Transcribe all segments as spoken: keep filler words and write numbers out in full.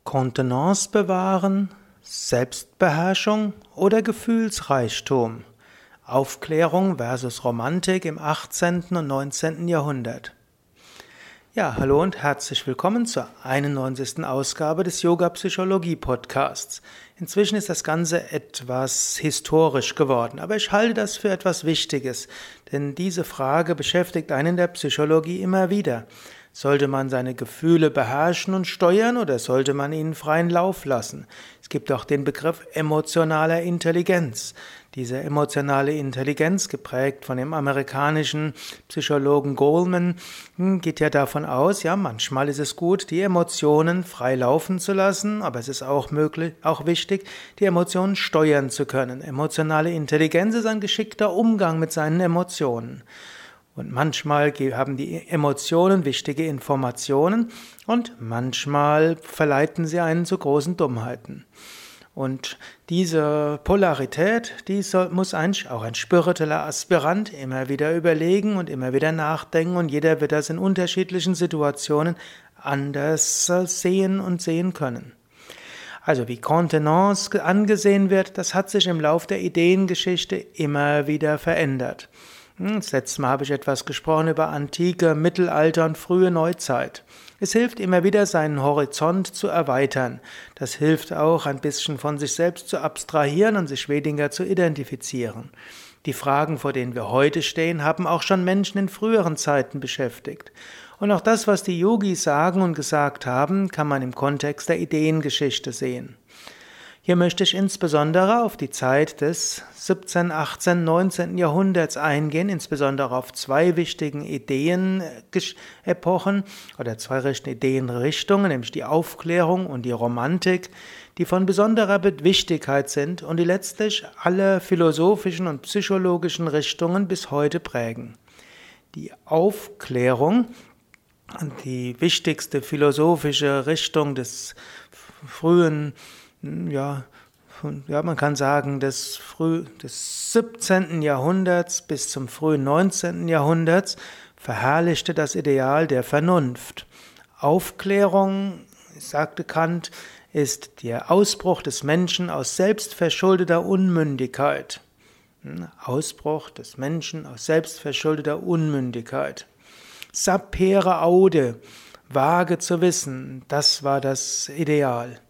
Kontenance bewahren, Selbstbeherrschung oder Gefühlsreichtum? Aufklärung versus Romantik im achtzehnten und neunzehnten Jahrhundert. Ja, hallo und herzlich willkommen zur einundneunzigsten Ausgabe des Yoga-Psychologie-Podcasts. Inzwischen ist das Ganze etwas historisch geworden, aber ich halte das für etwas Wichtiges, denn diese Frage beschäftigt einen in der Psychologie immer wieder. Sollte man seine Gefühle beherrschen und steuern oder sollte man ihnen freien Lauf lassen? Es gibt auch den Begriff emotionaler Intelligenz. Diese emotionale Intelligenz, geprägt von dem amerikanischen Psychologen Goleman, geht ja davon aus, ja, manchmal ist es gut, die Emotionen frei laufen zu lassen, aber es ist auch möglich, auch wichtig, die Emotionen steuern zu können. Emotionale Intelligenz ist ein geschickter Umgang mit seinen Emotionen. Und manchmal haben die Emotionen wichtige Informationen und manchmal verleiten sie einen zu großen Dummheiten. Und diese Polarität, die soll, muss eigentlich auch ein spiritueller Aspirant immer wieder überlegen und immer wieder nachdenken, und jeder wird das in unterschiedlichen Situationen anders sehen und sehen können. Also wie Kontenance angesehen wird, das hat sich im Lauf der Ideengeschichte immer wieder verändert. Das letzte Mal habe ich etwas gesprochen über Antike, Mittelalter und frühe Neuzeit. Es hilft immer wieder, seinen Horizont zu erweitern. Das hilft auch, ein bisschen von sich selbst zu abstrahieren und sich weniger zu identifizieren. Die Fragen, vor denen wir heute stehen, haben auch schon Menschen in früheren Zeiten beschäftigt. Und auch das, was die Yogis sagen und gesagt haben, kann man im Kontext der Ideengeschichte sehen. Hier möchte ich insbesondere auf die Zeit des siebzehnten., achtzehnten., neunzehnten. Jahrhunderts eingehen, insbesondere auf zwei wichtigen Ideenepochen oder zwei Ideenrichtungen, nämlich die Aufklärung und die Romantik, die von besonderer Wichtigkeit sind und die letztlich alle philosophischen und psychologischen Richtungen bis heute prägen. Die Aufklärung, die wichtigste philosophische Richtung des frühen Ja, ja, man kann sagen, des, früh, des siebzehnten. Jahrhunderts bis zum frühen neunzehnten. Jahrhunderts verherrlichte das Ideal der Vernunft. Aufklärung, sagte Kant, ist der Ausbruch des Menschen aus selbstverschuldeter Unmündigkeit. Ausbruch des Menschen aus selbstverschuldeter Unmündigkeit. Sapere aude, vage zu wissen, das war das Ideal.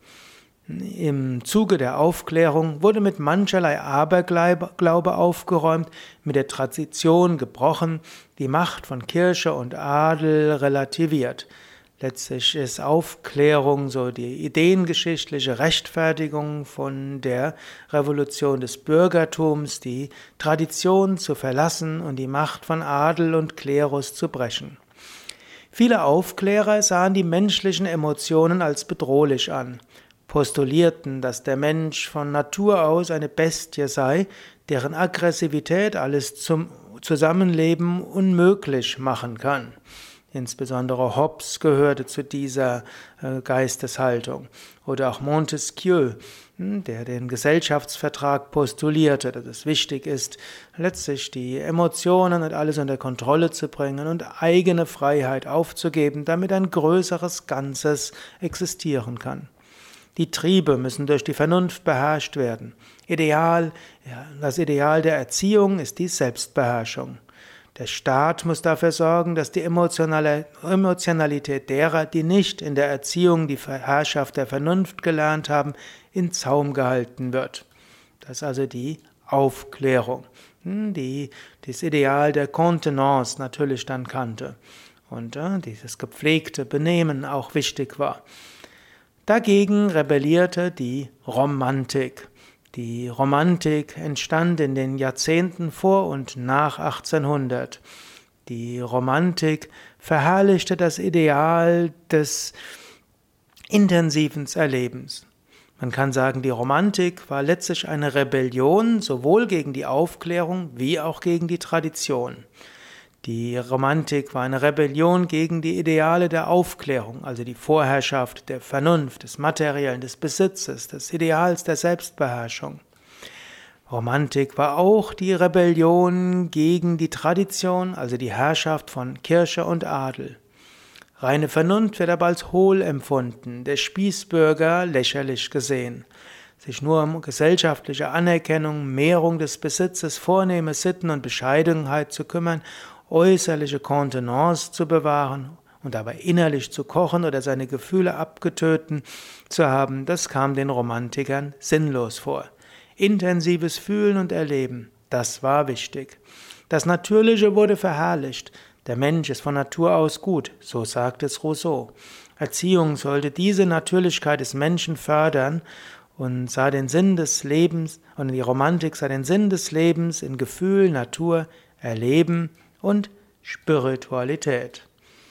Im Zuge der Aufklärung wurde mit mancherlei Aberglaube aufgeräumt, mit der Tradition gebrochen, die Macht von Kirche und Adel relativiert. Letztlich ist Aufklärung so die ideengeschichtliche Rechtfertigung von der Revolution des Bürgertums, die Tradition zu verlassen und die Macht von Adel und Klerus zu brechen. Viele Aufklärer sahen die menschlichen Emotionen als bedrohlich an, postulierten, dass der Mensch von Natur aus eine Bestie sei, deren Aggressivität alles zum Zusammenleben unmöglich machen kann. Insbesondere Hobbes gehörte zu dieser äh, Geisteshaltung. Oder auch Montesquieu, hm, der den Gesellschaftsvertrag postulierte, dass es wichtig ist, letztlich die Emotionen und alles unter Kontrolle zu bringen und eigene Freiheit aufzugeben, damit ein größeres Ganzes existieren kann. Die Triebe müssen durch die Vernunft beherrscht werden. Ideal, ja, das Ideal der Erziehung ist die Selbstbeherrschung. Der Staat muss dafür sorgen, dass die Emotionalität derer, die nicht in der Erziehung die Herrschaft der Vernunft gelernt haben, in Zaum gehalten wird. Das ist also die Aufklärung, die das Ideal der Kontenance natürlich dann kannte und äh, dieses gepflegte Benehmen auch wichtig war. Dagegen rebellierte die Romantik. Die Romantik entstand in den Jahrzehnten vor und nach achtzehnhundert. Die Romantik verherrlichte das Ideal des intensiven Erlebens. Man kann sagen, die Romantik war letztlich eine Rebellion sowohl gegen die Aufklärung wie auch gegen die Tradition. Die Romantik war eine Rebellion gegen die Ideale der Aufklärung, also die Vorherrschaft der Vernunft, des Materiellen, des Besitzes, des Ideals der Selbstbeherrschung. Romantik war auch die Rebellion gegen die Tradition, also die Herrschaft von Kirche und Adel. Reine Vernunft wird aber als hohl empfunden, der Spießbürger lächerlich gesehen. Sich nur um gesellschaftliche Anerkennung, Mehrung des Besitzes, vornehme Sitten und Bescheidenheit zu kümmern, äußerliche Kontenance zu bewahren und dabei innerlich zu kochen oder seine Gefühle abgetötet zu haben, das kam den Romantikern sinnlos vor. Intensives Fühlen und Erleben, das war wichtig. Das Natürliche wurde verherrlicht. Der Mensch ist von Natur aus gut, so sagt es Rousseau. Erziehung sollte diese Natürlichkeit des Menschen fördern und sah den Sinn des Lebens, und die Romantik sah den Sinn des Lebens in Gefühl, Natur, Erleben und Spiritualität.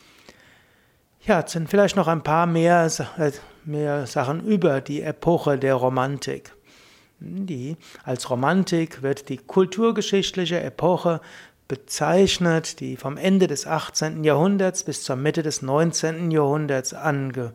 Ja, jetzt sind vielleicht noch ein paar mehr, mehr Sachen über die Epoche der Romantik. Die, als Romantik wird die kulturgeschichtliche Epoche bezeichnet, die vom Ende des achtzehnten Jahrhunderts bis zur Mitte des neunzehnten Jahrhunderts ange,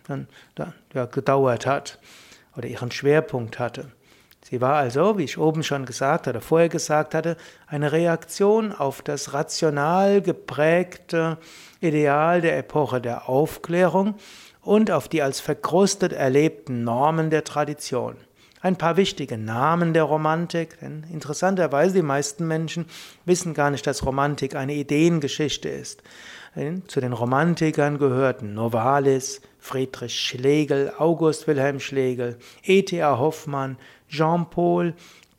ja, gedauert hat oder ihren Schwerpunkt hatte. Sie war also, wie ich oben schon gesagt oder vorher gesagt hatte, eine Reaktion auf das rational geprägte Ideal der Epoche der Aufklärung und auf die als verkrustet erlebten Normen der Tradition. Ein paar wichtige Namen der Romantik, denn interessanterweise die meisten Menschen wissen gar nicht, dass Romantik eine Ideengeschichte ist. Zu den Romantikern gehörten Novalis, Friedrich Schlegel, August Wilhelm Schlegel, E T A Hoffmann, Jean Paul,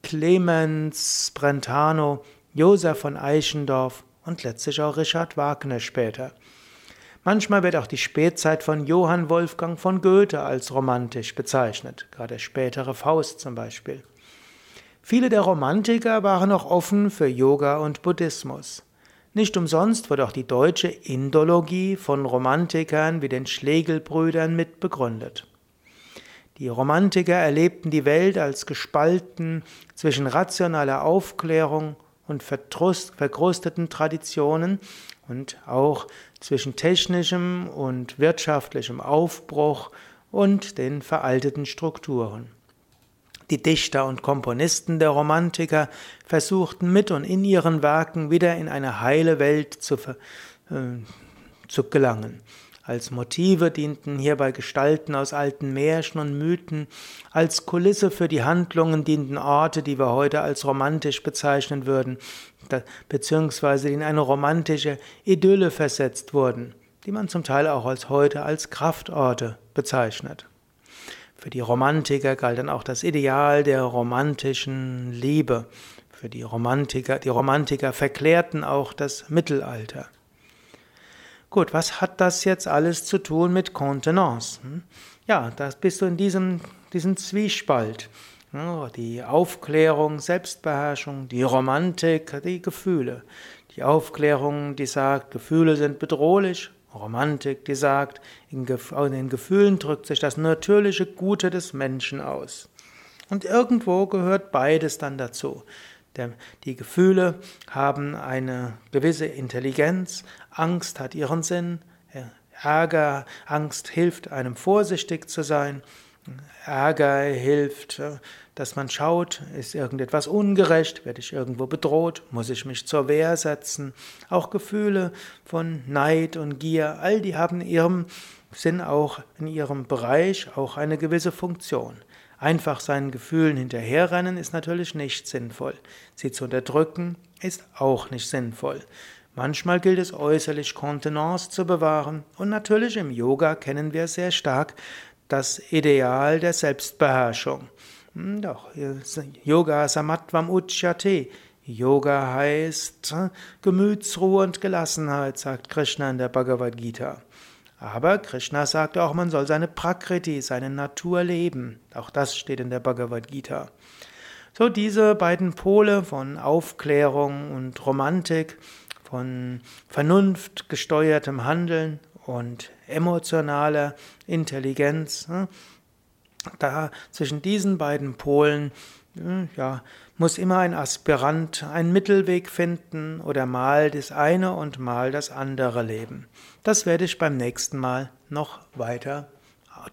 Clemens Brentano, Joseph von Eichendorff und letztlich auch Richard Wagner später. Manchmal wird auch die Spätzeit von Johann Wolfgang von Goethe als romantisch bezeichnet, gerade der spätere Faust zum Beispiel. Viele der Romantiker waren auch offen für Yoga und Buddhismus. Nicht umsonst wurde auch die deutsche Indologie von Romantikern wie den Schlegelbrüdern mitbegründet. Die Romantiker erlebten die Welt als gespalten zwischen rationaler Aufklärung und verkrusteten Traditionen und auch zwischen technischem und wirtschaftlichem Aufbruch und den veralteten Strukturen. Die Dichter und Komponisten der Romantiker versuchten mit und in ihren Werken wieder in eine heile Welt zu, äh, zu gelangen. Als Motive dienten hierbei Gestalten aus alten Märchen und Mythen, als Kulisse für die Handlungen dienten Orte, die wir heute als romantisch bezeichnen würden, beziehungsweise in eine romantische Idylle versetzt wurden, die man zum Teil auch als heute als Kraftorte bezeichnet. Für die Romantiker galt dann auch das Ideal der romantischen Liebe. Für die Romantiker, die Romantiker verklärten auch das Mittelalter. Gut, was hat das jetzt alles zu tun mit Kontenance? Ja, da bist du in diesem, diesem Zwiespalt. Die Aufklärung, Selbstbeherrschung, die Romantik, die Gefühle. Die Aufklärung, die sagt, Gefühle sind bedrohlich. Romantik, die sagt, in den Gefühlen drückt sich das natürliche Gute des Menschen aus. Und irgendwo gehört beides dann dazu. Die Gefühle haben eine gewisse Intelligenz, Angst hat ihren Sinn, Ärger, Angst hilft einem vorsichtig zu sein, Ärger hilft, dass man schaut, ist irgendetwas ungerecht, werde ich irgendwo bedroht, muss ich mich zur Wehr setzen. Auch Gefühle von Neid und Gier, all die haben in ihrem Sinn auch in ihrem Bereich auch eine gewisse Funktion. Einfach seinen Gefühlen hinterherrennen ist natürlich nicht sinnvoll. Sie zu unterdrücken ist auch nicht sinnvoll. Manchmal gilt es äußerlich Kontenance zu bewahren und natürlich im Yoga kennen wir sehr stark das Ideal der Selbstbeherrschung. Doch, Yoga Samatvam Uchyate. Yoga heißt Gemütsruhe und Gelassenheit, sagt Krishna in der Bhagavad Gita. Aber Krishna sagt auch, man soll seine Prakriti, seine Natur leben. Auch das steht in der Bhagavad Gita. So diese beiden Pole von Aufklärung und Romantik, von vernunftgesteuertem Handeln und emotionaler Intelligenz, da zwischen diesen beiden Polen ja, muss immer ein Aspirant einen Mittelweg finden oder mal das eine und mal das andere leben. Das werde ich beim nächsten Mal noch weiter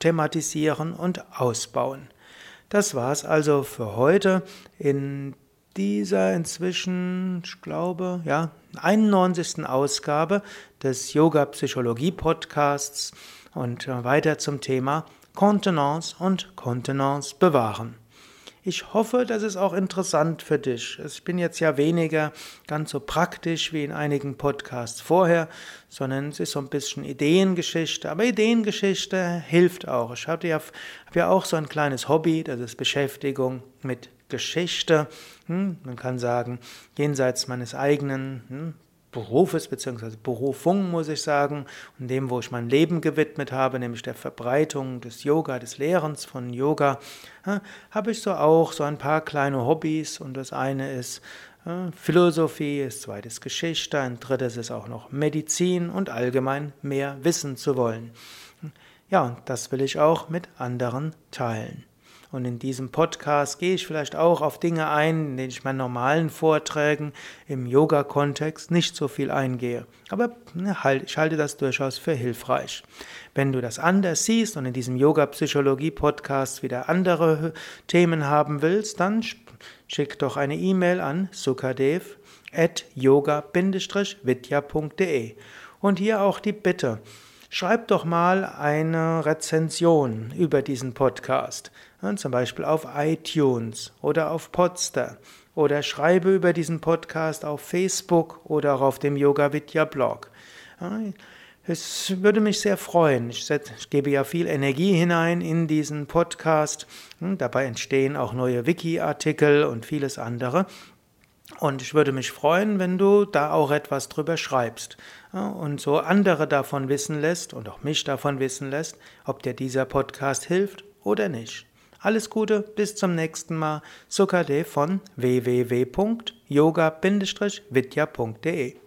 thematisieren und ausbauen. Das war's also für heute in dieser inzwischen, ich glaube, ja, einundneunzigsten Ausgabe des Yoga-Psychologie-Podcasts und weiter zum Thema Kontenance und Kontenance bewahren. Ich hoffe, das ist auch interessant für dich. Ich bin jetzt ja weniger ganz so praktisch wie in einigen Podcasts vorher, sondern es ist so ein bisschen Ideengeschichte. Aber Ideengeschichte hilft auch. Ich hatte ja, habe ja auch so ein kleines Hobby, das ist Beschäftigung mit Geschichte. Hm, man kann sagen, jenseits meines eigenen hm, Berufes bzw. Berufung, muss ich sagen, und dem, wo ich mein Leben gewidmet habe, nämlich der Verbreitung des Yoga, des Lehrens von Yoga, ja, habe ich so auch so ein paar kleine Hobbys, und das eine ist äh, Philosophie, das zweite ist Geschichte, ein drittes ist auch noch Medizin und allgemein mehr wissen zu wollen. Ja, und das will ich auch mit anderen teilen. Und in diesem Podcast gehe ich vielleicht auch auf Dinge ein, in denen ich meinen normalen Vorträgen im Yoga-Kontext nicht so viel eingehe. Aber ne, halt, ich halte das durchaus für hilfreich. Wenn du das anders siehst und in diesem Yoga-Psychologie-Podcast wieder andere Themen haben willst, dann schick doch eine E-Mail an sukadev at yoga vidya punkt de. Und hier auch die Bitte: Schreib doch mal eine Rezension über diesen Podcast, zum Beispiel auf iTunes oder auf Podster, oder schreibe über diesen Podcast auf Facebook oder auch auf dem Yoga Vidya Blog. Es würde mich sehr freuen. Ich gebe ja viel Energie hinein in diesen Podcast. Dabei entstehen auch neue Wiki-Artikel und vieles andere. Und ich würde mich freuen, wenn du da auch etwas drüber schreibst und so andere davon wissen lässt und auch mich davon wissen lässt, ob dir dieser Podcast hilft oder nicht. Alles Gute, bis zum nächsten Mal. Sukadev von w w w punkt yoga vidya punkt de